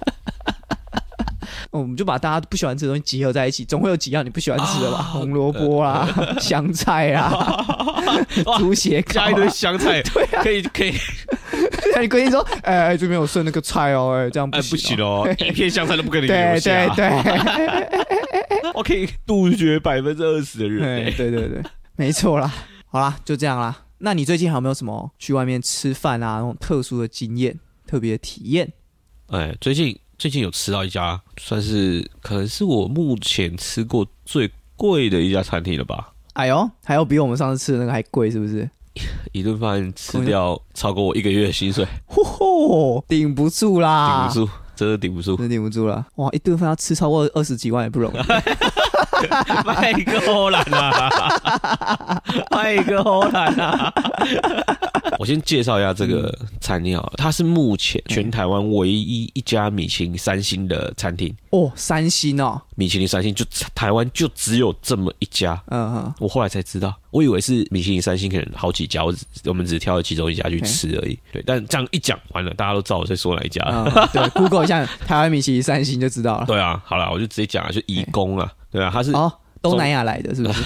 S2: 我们就把大家不喜欢吃的东西集合在一起，总会有几样你不喜欢吃的吧？啊、红萝卜啦、呃、香菜啦、猪血糕、
S1: 加一堆香菜，
S2: 对啊，
S1: 可以可以。
S2: 那你规定说，哎、欸，这边有剩那个菜哦，哎、欸，这样不行、哦，
S1: 哎、不行哦，一片香菜都不可以留下。
S2: 对对对，
S1: 我可以杜绝百分之二十的人、欸。
S2: 对对对，没错啦。好啦，就这样啦。那你最近还有没有什么去外面吃饭啊那种特殊的经验、特别的体验？
S1: 哎，最近。最近有吃到一家，算是可能是我目前吃过最贵的一家餐厅了吧。
S2: 哎呦，还有比我们上次吃的那个还贵，是不是？
S1: 一顿饭吃掉超过我一个月的薪水，
S2: 嚯吼，顶不住啦！
S1: 顶不住，真的顶不住，
S2: 真的顶不住了。哇，一顿饭要吃超过二十几万也不容易。
S1: 卖个好难啊！卖个好难啊！我先介绍一下这个餐厅啊，它是目前全台湾唯一一家米其林三星的餐厅
S2: 哦，三星哦，
S1: 米其林三星就台湾就只有这么一家。嗯哼，我后来才知道，我以为是米其林三星可能好几家，我只我们只挑了其中一家去吃而已。对，但这样一讲完了，大家都知道我在说哪一家了。
S2: 嗯、对 ，Google 一下台湾米其林三星就知道了。
S1: 对啊，好了，我就直接讲了，就颐宫啊，对啊，它是
S2: 哦，东南亚来的，是不是？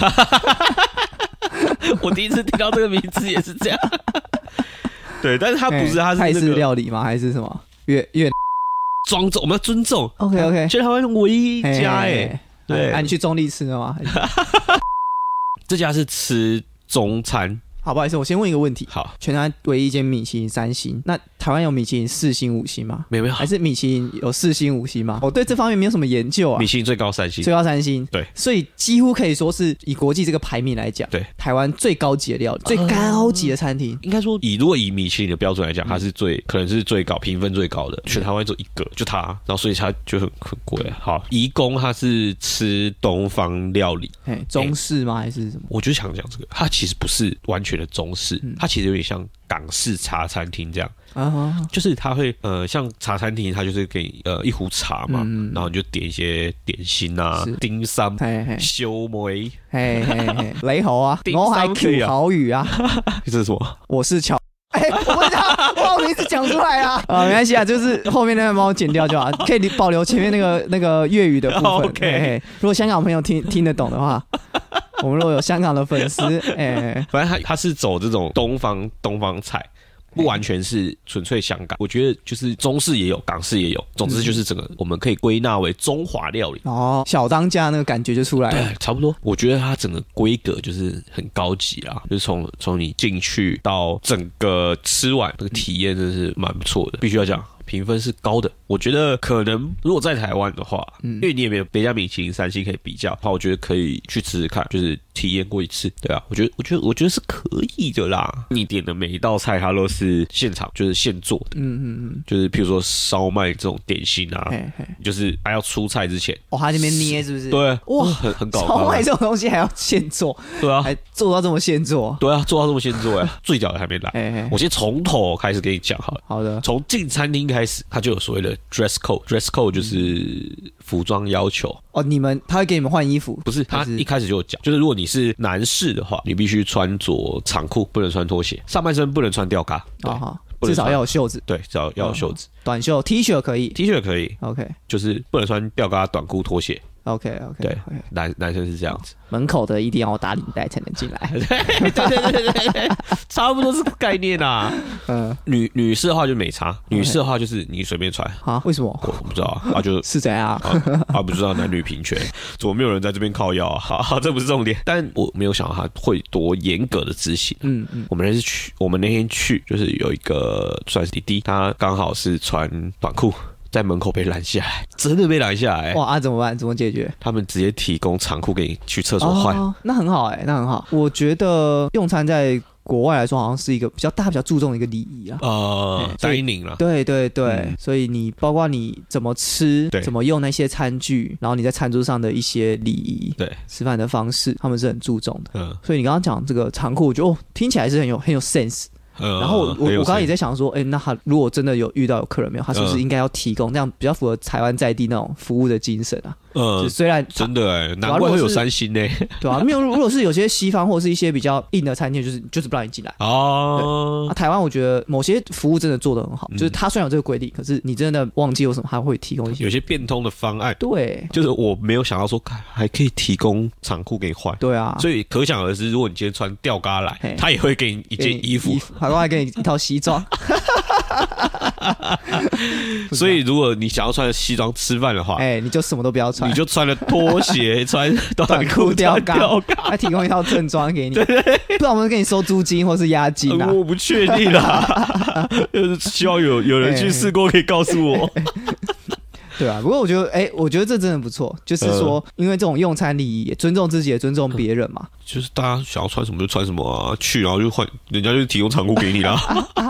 S1: 我第一次听到这个名字也是这样。对，但是它不是，它是
S2: 泰式料理吗？还是什么越越
S1: 庄重？我们要尊重。
S2: OK OK，
S1: 全台湾唯一一家哎，对，
S2: 哎，你去中立吃了吗？
S1: 这家是吃中餐。
S2: 好，不好意思，我先问一个问题。
S1: 好，
S2: 全台湾唯一一间米其林三星，那台湾有米其林四星、五星吗？
S1: 没有没有，
S2: 还是米其林有四星、五星吗？我对这方面没有什么研究啊。
S1: 米其林最高三星，
S2: 最高三星，
S1: 对，
S2: 所以几乎可以说是以国际这个排名来讲，
S1: 对，
S2: 台湾最高级的料理、最高级的餐厅。
S1: 应该说，以如果以米其林的标准来讲，它是最可能是最高评分最高的，全台湾只有一个，就它，然后所以它就很很贵。好，颐宫它是吃东方料理，
S2: 哎，中式吗？还是什么？
S1: 我就想讲这个，它其实不是完全的中式。它其实有点像港式茶餐厅这样，啊，就是它会呃，像茶餐厅，它就是给你呃一壶茶嘛，嗯、然后你就点一些点心啊、丁三、烧梅，
S2: 嘿嘿嘿，雷猴啊，我还 Q 好语啊，
S1: 这是什么？
S2: 我是乔。哎、欸，我不知道，把我名字讲出来啊！啊，没关系啊，就是后面那个帮我剪掉就好，可以保留前面那个那个粤语的部分。
S1: Oh, OK，
S2: 嘿嘿，如果香港朋友听听得懂的话，我们如果有香港的粉丝，哎、欸，
S1: 反正他他是走这种东方东方菜。不完全是纯粹香港，我觉得就是中式也有，港式也有，总之就是整个我们可以归纳为中华料理。
S2: 哦，小当家那个感觉就出来了。
S1: 对，差不多。我觉得它整个规格就是很高级啦，就是从从你进去到整个吃完那个体验真的是蛮不错的，必须要讲。评分是高的，我觉得可能如果在台湾的话，嗯，因为你也没有别家米其林三星可以比较的话，我觉得可以去吃吃看，就是体验过一次，对啊，我觉得我觉得我觉得是可以的啦。你点的每一道菜它都是现场就是现做的，嗯嗯嗯，就是譬如说烧麦这种点心啊，嘿嘿，就是还要出菜之前，
S2: 哦，他那边捏是不是？
S1: 对，哇，很很搞。
S2: 烧麦这种东西还要现做，
S1: 对啊，
S2: 还做到这么现做，
S1: 对啊，做到这么现做呀，最屌的还没来，嘿嘿，我先从头开始给你讲好了。
S2: 好的，
S1: 从进餐厅开始。开始，它就有所谓的 dress code，dress code 就是服装要求。
S2: 哦，你们他会给你们换衣服？
S1: 不是，他一开始就有讲，就是如果你是男士的话，你必须穿着长裤，不能穿拖鞋，上半身不能穿吊嘎。啊哈。
S2: 至少要有袖子，
S1: 对，至少要有袖子。
S2: 嗯、短袖 T 恤可以
S1: ，T 恤可以
S2: ，OK，
S1: 就是不能穿吊嘎、短裤、拖鞋。
S2: OK OK，
S1: 对，
S2: okay.
S1: 男男生是这样子，
S2: 门口的一定要打领带才能进来。
S1: 对对对对对对，差不多是概念啊。嗯，女女士的话就没差，女士的话就是你随便穿
S2: 啊？为什么？
S1: 我不知道啊，就是
S2: 怎样
S1: 啊？啊，不知道男女平权，怎么没有人在这边靠腰啊？好，这不是重点，但我没有想到他会多严格的执行。嗯嗯，我们那次去，我们那天去就是有一个算是弟弟，他刚好是穿短裤。在门口被拦下来，真的被拦下来。
S2: 哇啊！怎么办？怎么解决？
S1: 他们直接提供长裤给你去厕所换、
S2: 哦，那很好哎、欸，那很好。我觉得用餐在国外来说，好像是一个比较大家比较注重的一个礼仪啊。
S1: 呃 ，dining 啦。
S2: 对对对、嗯，所以你包括你怎么吃，怎么用那些餐具，然后你在餐桌上的一些礼仪，
S1: 对，
S2: 吃饭的方式，他们是很注重的。
S1: 嗯，
S2: 所以你刚刚讲这个长裤，我觉得哦，听起来是很有很有 sense。然后我我我刚刚也在想说，哎、欸，那他如果真的有遇到有客人没有，他是不是应该要提供，这样比较符合台湾在地那种服务的精神啊？嗯，虽然
S1: 真的哎、欸，难怪会有三星呢、欸，
S2: 对啊，没有，如果是有些西方或者是一些比较硬的餐厅，就是就是不让你进来哦。啊，台湾我觉得某些服务真的做得很好，嗯、就是他虽然有这个规定，可是你真的忘记有什么，他会提供一些
S1: 有些变通的方案。
S2: 对，
S1: 就是我没有想到说还可以提供长裤给你换。
S2: 对啊，
S1: 所以可想而知，如果你今天穿吊嘎来，他也会给你一件衣服，
S2: 还会给你一套西装。
S1: 所以如果你想要穿西装吃饭的话，
S2: 哎、欸，你就什么都不要穿，
S1: 你就穿了拖鞋，穿短裤吊嘎，
S2: 还提供一套正装给你。对对对，不知道我们给你收租金或是押金啊？
S1: 呃、我不确定啦，就是希望有有人去试过可以告诉我。欸
S2: 对啊，不过我觉得，哎、欸，我觉得这真的不错，就是说，呃、因为这种用餐礼仪，也尊重自己，也尊重别人嘛。
S1: 就是大家想要穿什么就穿什么啊，去然后就换，人家就提供长裤给你啦。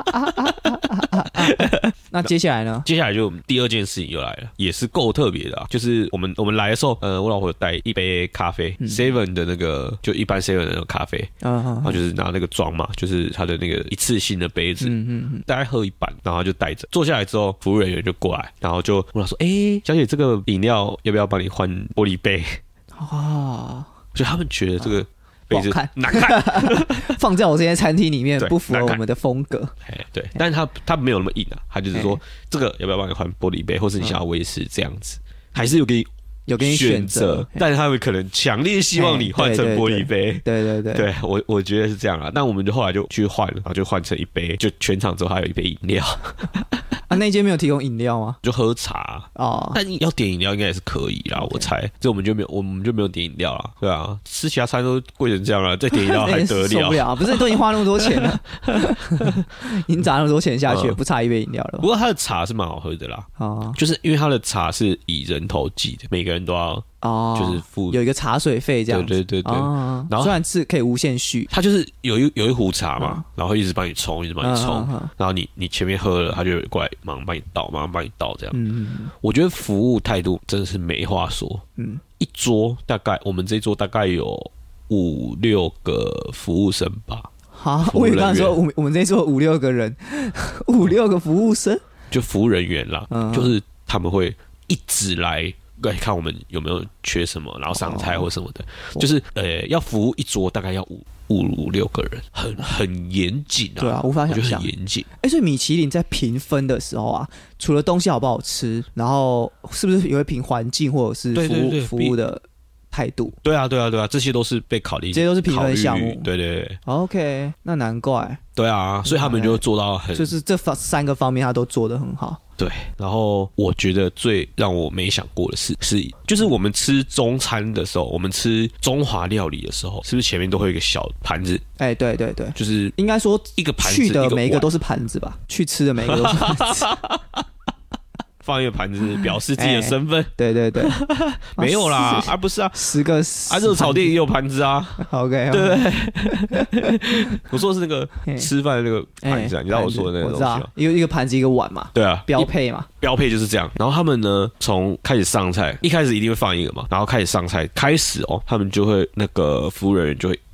S2: 那接下来呢？
S1: 接下来就第二件事情又来了，也是够特别的啊。就是我们我们来的时候，呃，我老婆有带一杯咖啡 ，seven、嗯、的那个就一般 seven 的那种咖啡，嗯、然后就是拿那个装嘛，就是他的那个一次性的杯子，嗯嗯嗯，大概喝一半，然后就带着坐下来之后，服务人员就过来，然后就问他说：“哎、欸，小姐，这个饮料要不要帮你换玻璃杯？”哦，所以他们觉得这个。杯子难看，
S2: 放在我这些餐厅里面不符合我们的风格。
S1: 哎，对，但是他他没有那么硬啊，他就是说这个要不要帮你换玻璃杯，或是你想要威士这样子，还是有给你
S2: 有给你选择，
S1: 但是他们可能强烈希望你换成玻璃杯。
S2: 对对对，
S1: 对我我觉得是这样啊。但我们就后来就去换了，然后就换成一杯，就全场之后还有一杯饮料。
S2: 啊，那间没有提供饮料吗？
S1: 就喝茶哦，但要点饮料应该也是可以啦， okay. 我猜。这我们就没有，我们就没有点饮料啦，对啊，吃其他餐都贵成这样了，再点饮料还得了？
S2: 受不了，不是都已经花那么多钱了，已经砸那么多钱下去，嗯、不差一杯饮料了。
S1: 不过他的茶是蛮好喝的啦，哦，就是因为他的茶是以人头计的，每个人都要。哦，就是付
S2: 有一个茶水费这样子，
S1: 对对对对。哦、
S2: 然后虽然是可以无限续，
S1: 他就是有一有一壶茶嘛，嗯、然后一直帮你冲，一直帮你冲，嗯、然后你你前面喝了，他就过来马上帮你倒，马上帮你倒这样。嗯嗯。我觉得服务态度真的是没话说。嗯。一桌大概我们这一桌大概有五六个服务生吧。
S2: 好，我以为刚才说我们我们这一桌五六个人，五六个服务生，
S1: 就服务人员啦，嗯、就是他们会一直来。来看我们有没有缺什么，然后上菜或什么的，哦、就是呃，要服务一桌大概要五五五六个人，很很严谨啊。
S2: 对啊，无法想象，
S1: 很严谨。
S2: 哎、欸，所以米其林在评分的时候啊，除了东西好不好吃，然后是不是也会评环境或者是服务
S1: 对对对
S2: 服务的态度？
S1: 对啊，对啊，对啊，这些都是被考虑，
S2: 这些都是评分项目。
S1: 对对对
S2: ，OK， 那难怪。
S1: 对啊，所以他们就做到很，
S2: 就是这三个方面他都做得很好。
S1: 对，然后我觉得最让我没想过的是，是就是我们吃中餐的时候，我们吃中华料理的时候，是不是前面都会有一个小盘子？
S2: 哎、欸，对对对，
S1: 就是
S2: 应该说
S1: 一个盘子，
S2: 去的每一个都是盘子吧？去吃的每一个都是盘子。
S1: 放一个盘子表示自己的身份、欸，
S2: 对对对，
S1: 没有啦，而、啊、不是啊，
S2: 十个
S1: 啊，热炒店也有盘子啊
S2: ，OK，
S1: 对不对？我说的是那个吃饭的那个盘子啊，欸、你知道我说的那个东西吗？
S2: 一个一个盘子一个碗嘛，
S1: 对啊，
S2: 标配嘛，
S1: 标配就是这样。然后他们呢，从开始上菜，一开始一定会放一个嘛，然后开始上菜开始哦，他们就会那个服务人员就会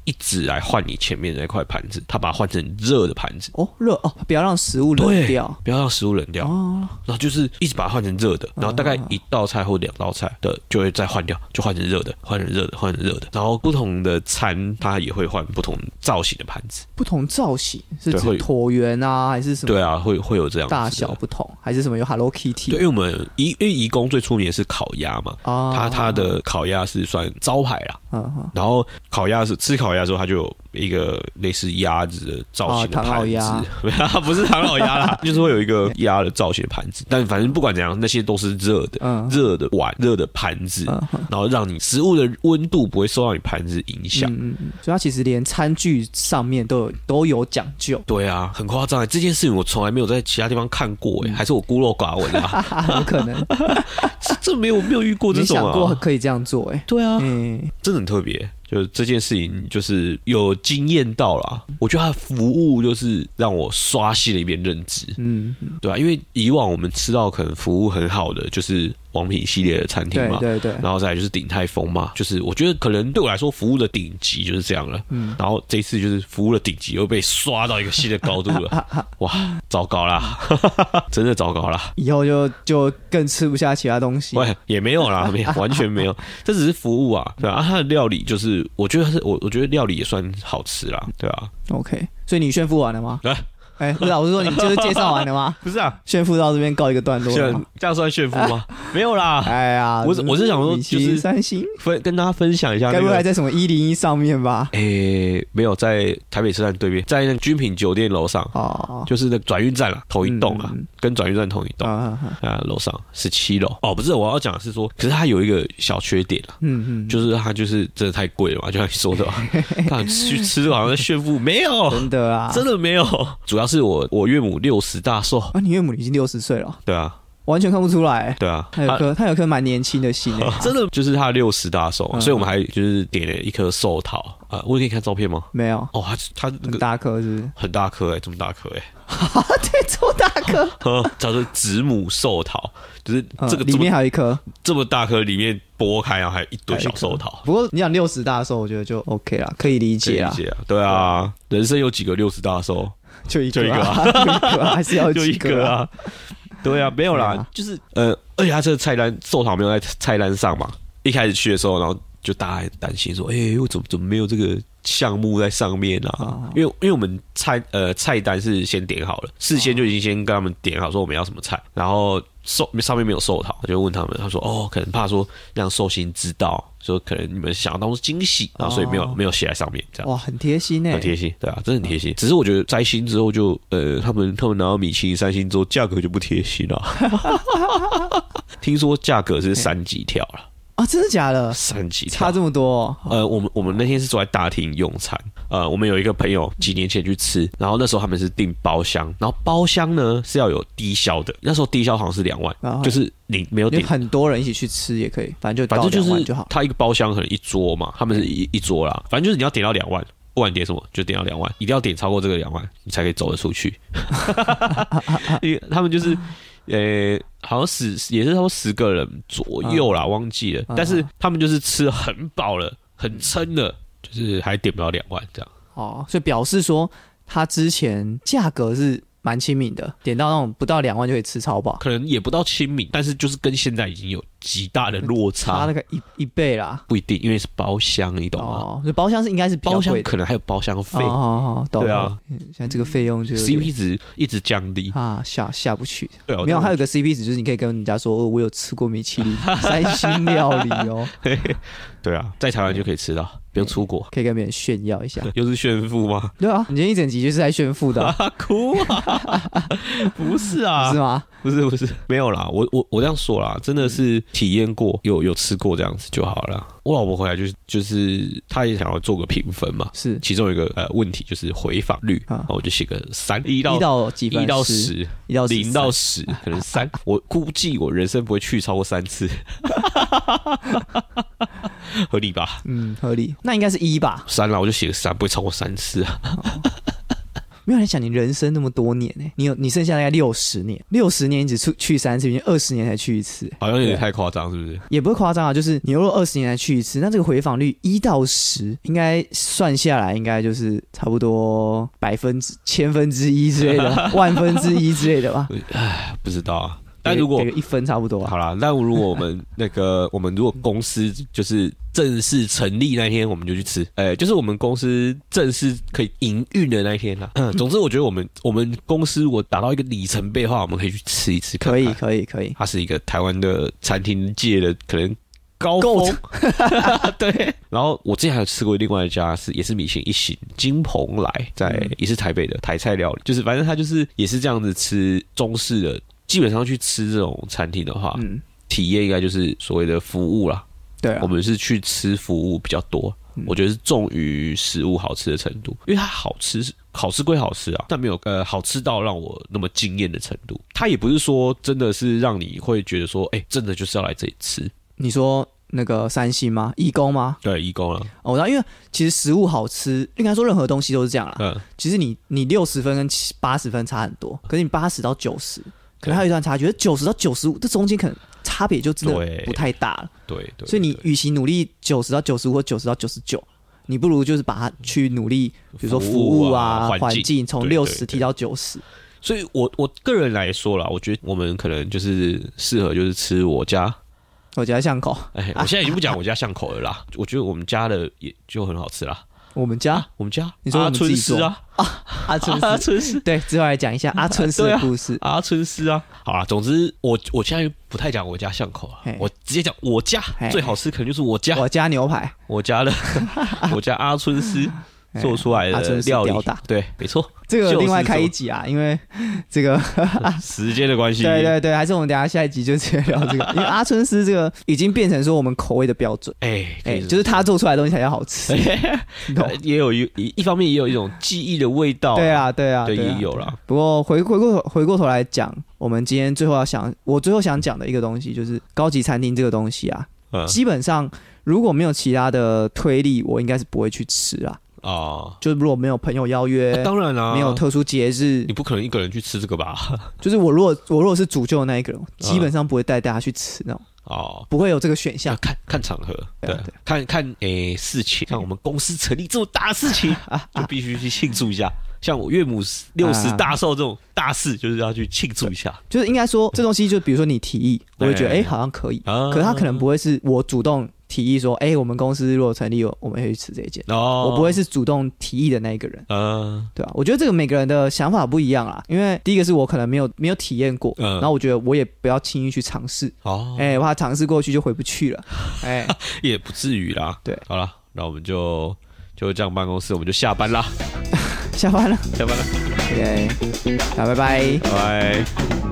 S1: 一直来换你前面那块盘子，他把它换成热的盘子。
S2: 哦，热哦，不要让食物冷掉，
S1: 不要让食物冷掉。哦，然后就是一直把它换成热的，然后大概一道菜或两道菜的就会再换掉，就换成热的，换成热的，换成热的。然后不同的餐它也会换不同造型的盘子，
S2: 不同造型是指椭圆啊，还是什么？
S1: 对啊，会会有这样子
S2: 大小不同，还是什么有 Hello Kitty？
S1: 对，因为我们宜因为宜工最出名的是烤鸭嘛，哦、它它的烤鸭是算招牌啦。嗯、然后烤鸭是吃烤鸭的时候，它就有一个类似鸭子的造型的盘子，哦、不是唐老鸭啦，就是会有一个鸭的造型的盘子。但反正不管怎样，那些都是热的，热、嗯、的碗、热的盘子，嗯、然后让你食物的温度不会受到你盘子影响。
S2: 嗯嗯，所以它其实连餐具上面都有都有讲究。
S1: 对啊，很夸张。这件事情我从来没有在其他地方看过，哎、嗯，还是我孤陋寡闻啊？
S2: 有可能，
S1: 这没有没有遇过这种啊，
S2: 没想过可以这样做，哎，
S1: 对啊，嗯，真的很特别。就这件事情，就是有惊艳到啦。我觉得它的服务就是让我刷新了一遍认知，嗯，对啊，因为以往我们吃到可能服务很好的，就是王品系列的餐厅嘛，
S2: 对对对，
S1: 然后再来就是鼎泰丰嘛，就是我觉得可能对我来说服务的顶级就是这样了，嗯，然后这一次就是服务的顶级又被刷到一个新的高度了，哇，糟糕啦，真的糟糕啦，
S2: 以后就就更吃不下其他东西，
S1: 喂，也没有啦，没有，完全没有，这只是服务啊，对啊，它的料理就是。我觉得是我，我觉得料理也算好吃啦，对啊。
S2: OK， 所以你炫富完了吗？哎、欸，不是、啊，我是说你就是介绍完了吗？
S1: 不是啊，
S2: 炫富到这边告一个段落了吗？
S1: 这样算炫富吗？没有啦。
S2: 哎呀，
S1: 我我是想说，就是
S2: 三星
S1: 分跟大家分享一下、那個，
S2: 该不会还在什么一零一上面吧？
S1: 哎、欸，没有，在台北车站对面，在那个君品酒店楼上，哦，就是那转运站啦，同一栋啊。嗯跟转运站同一栋啊，楼上十七楼哦，不是我要讲的是说，可是它有一个小缺点啊，嗯嗯，就是它就是真的太贵了嘛，就像你说的嘛，看去吃这个好像在炫富，没有，
S2: 真的啊，
S1: 真的没有，主要是我我岳母六十大寿
S2: 啊，你岳母已经六十岁了，
S1: 对啊。
S2: 完全看不出来，
S1: 对啊，
S2: 他有颗他有颗蛮年轻的心诶，
S1: 真的就是他六十大寿、嗯，所以我们还就是点了一颗寿桃啊、呃，我可以看照片吗？
S2: 没有
S1: 哦，他他那个
S2: 很大颗是不是？
S1: 很大颗哎、欸，这么大颗哎、
S2: 欸，对，这么大颗，
S1: 叫做子母寿桃，就是这个、
S2: 嗯、里面还有一颗
S1: 这么大颗，里面剥开然后还有一堆小寿桃。
S2: 不过你讲六十大寿，我觉得就 OK 啦，可以理解啦，
S1: 可以理解啊，对啊，人生有几个六十大寿？
S2: 就一个、啊，
S1: 就一个、啊，
S2: 就一个、啊，还是要
S1: 就一个啊。对啊，没有啦，啊、就是呃，而且他这个菜单寿桃没有在菜单上嘛。一开始去的时候，然后就大家还担心说，哎、欸，我怎么怎么没有这个项目在上面啊？啊因为因为我们菜呃菜单是先点好了，事先就已经先跟他们点好说我们要什么菜，然后寿上面没有寿桃，就问他们，他说哦，可能怕说让寿星知道。说可能你们想要当做惊喜，然后所以没有、哦、没有写在上面，这样
S2: 哇，很贴心哎，
S1: 很贴心，对啊，真的很贴心。只是我觉得摘星之后就呃，他们他们拿到米其林三星之后，价格就不贴心了。听说价格是三级跳了
S2: 啊，真的假的？
S1: 三级跳
S2: 差这么多、哦？
S1: 呃，我们我们那天是坐在大厅用餐，呃，我们有一个朋友几年前去吃，然后那时候他们是订包厢，然后包厢呢是要有低消的，那时候低消好像是两万，就是你没有点
S2: 很多人一起去吃也可以，反正就
S1: 反正就是
S2: 就好。
S1: 他一个包厢可能一桌嘛，他们是一一桌啦，反正就是你要点到两万，不管点什么就点到两万，一定要点超过这个两万，你才可以走得出去。因为他们就是。呃，好像十也是差不多十个人左右啦，嗯、忘记了、嗯。但是他们就是吃很饱了，很撑了，就是还点不到两万这样。
S2: 哦，所以表示说他之前价格是蛮亲民的，点到那种不到两万就可以吃超饱，
S1: 可能也不到亲民，但是就是跟现在已经有极大的落差，
S2: 差那个一一倍啦，
S1: 不一定，因为是包厢，你懂吗？
S2: 哦，所以包厢是应该是比较贵的，
S1: 包厢可能还有包厢费，
S2: 哦哦哦，懂
S1: 对啊，
S2: 现在这个费用就
S1: C P 值一直降低
S2: 啊，下下不去。
S1: 对啊，
S2: 没有，还有个 C P 值就是你可以跟人家说，哦，我有吃过米其林三星料理哦。
S1: 对啊，在台湾就可以吃到。不用出国，
S2: 可以跟别人炫耀一下。
S1: 又是炫富吗？
S2: 对啊，你今天一整集就是在炫富的、
S1: 啊，哭啊！不是啊，
S2: 是吗？
S1: 不是不是，没有啦。我我我这样说啦，真的是体验过，有有吃过这样子就好了。我老婆回来就是就是她也想要做个评分嘛，
S2: 是
S1: 其中有一个呃问题就是回访率，啊、然后我就写个三，一到
S2: 一到几分，
S1: 一到十，
S2: 一到
S1: 零到十，可能三。我估计我人生不会去超过三次。合理吧？
S2: 嗯，合理。那应该是一吧？
S1: 三啦，我就写个三，不会超过三次啊。
S2: 没有人想你人生那么多年哎、欸，你有你剩下大概六十年，六十年你只去去三次，已经二十年才去一次、欸，
S1: 好像有点太夸张，是不是？
S2: 也不是夸张啊，就是你如果二十年才去一次，那这个回访率一到十，应该算下来应该就是差不多百分之千分之一之类的，万分之一之类的吧？
S1: 唉，不知道啊。但如果
S2: 给个一分差不多、啊、
S1: 好啦，那如果我们那个我们如果公司就是正式成立那天，我们就去吃，呃、欸，就是我们公司正式可以营运的那一天啦。嗯，总之我觉得我们我们公司我达到一个里程碑的话，我们可以去吃一次看看。
S2: 可以，可以，可以。它
S1: 是一个台湾的餐厅界的可能高峰，对。然后我之前还有吃过另外一家是也是米其林一星金蓬莱，在、嗯、也是台北的台菜料理，就是反正他就是也是这样子吃中式的。基本上去吃这种餐厅的话，嗯，体验应该就是所谓的服务啦。
S2: 对啊，
S1: 我们是去吃服务比较多，嗯、我觉得是重于食物好吃的程度，因为它好吃，好吃归好吃啊，但没有呃好吃到让我那么惊艳的程度。它也不是说真的是让你会觉得说，哎、欸，真的就是要来这里吃。
S2: 你说那个三星吗？义工吗？
S1: 对，义工了。
S2: 哦，然后因为其实食物好吃，应该说任何东西都是这样啦。嗯，其实你你六十分跟八十分差很多，可是你八十到九十。可能还有一段差距，九十到九十五，这中间可能差别就真的不太大了。
S1: 对 对, 对，
S2: 所以你与其努力九十到九十五或九十到九十九，你不如就是把它去努力，比如说服务啊、环境，从六十提到九十。
S1: 所以我我个人来说啦，我觉得我们可能就是适合就是吃我家。
S2: 我家巷口，
S1: 哎，我现在已经不讲我家巷口了啦，我觉得我们家的也就很好吃啦。
S2: 我们家、
S1: 啊，我们家，
S2: 你说我们自己做
S1: 啊？
S2: 啊，阿春师，
S1: 阿春师，
S2: 对，之后来讲一下阿春师的故事。
S1: 啊、阿春师啊，好啦，总之我我现在不太讲我家巷口了，我直接讲我家最好吃，可能就是我家，
S2: 我家牛排，
S1: 我家的，我家阿春师做出来的料理，对，没错。
S2: 这个另外开一集啊，因为这个
S1: 时间的关系。
S2: 对对对，还是我们等一下下一集就直接聊这个，因为阿春师这个已经变成说我们口味的标准，哎、欸、哎、欸，就是他做出来的东西才叫好吃。
S1: 也有一一方面也有一种记忆的味道、啊。
S2: 对啊对啊，
S1: 对，
S2: 对啊
S1: 也有啦。
S2: 不过回回过回过头来讲，我们今天最后要想，我最后想讲的一个东西就是高级餐厅这个东西啊，嗯、基本上如果没有其他的推力，我应该是不会去吃啦。
S1: 哦，
S2: 就是如果没有朋友邀约，
S1: 啊、当然啦、啊，
S2: 没有特殊节日，
S1: 你不可能一个人去吃这个吧？
S2: 就是我如果我如果是主揪的那一个人，基本上不会带大家去吃那种。
S1: 哦，
S2: 不会有这个选项，
S1: 看看场合，对，對看看诶、欸、事情，像我们公司成立这么大的事情，就必须去庆祝一下。像我岳母六十大寿这种大事，就是要去庆祝一下。
S2: 就是应该说，这东西就比如说你提议，我会觉得哎、欸、好像可以，啊、可是他可能不会是我主动提议说，哎、欸，我们公司如果成立，我们会去吃这一件。哦，我不会是主动提议的那一个人。嗯、啊，对吧、啊？我觉得这个每个人的想法不一样啦。因为第一个是我可能没有没有体验过，嗯、然后我觉得我也不要轻易去尝试。哦，哎、欸，我怕尝试过去就回不去了。哎、欸，
S1: 也不至于啦。
S2: 对，
S1: 好了，那我们就就这样办公室，我们就下班啦。
S2: 下班了，
S1: 下班了。
S2: OK， 好，拜拜，
S1: 拜拜。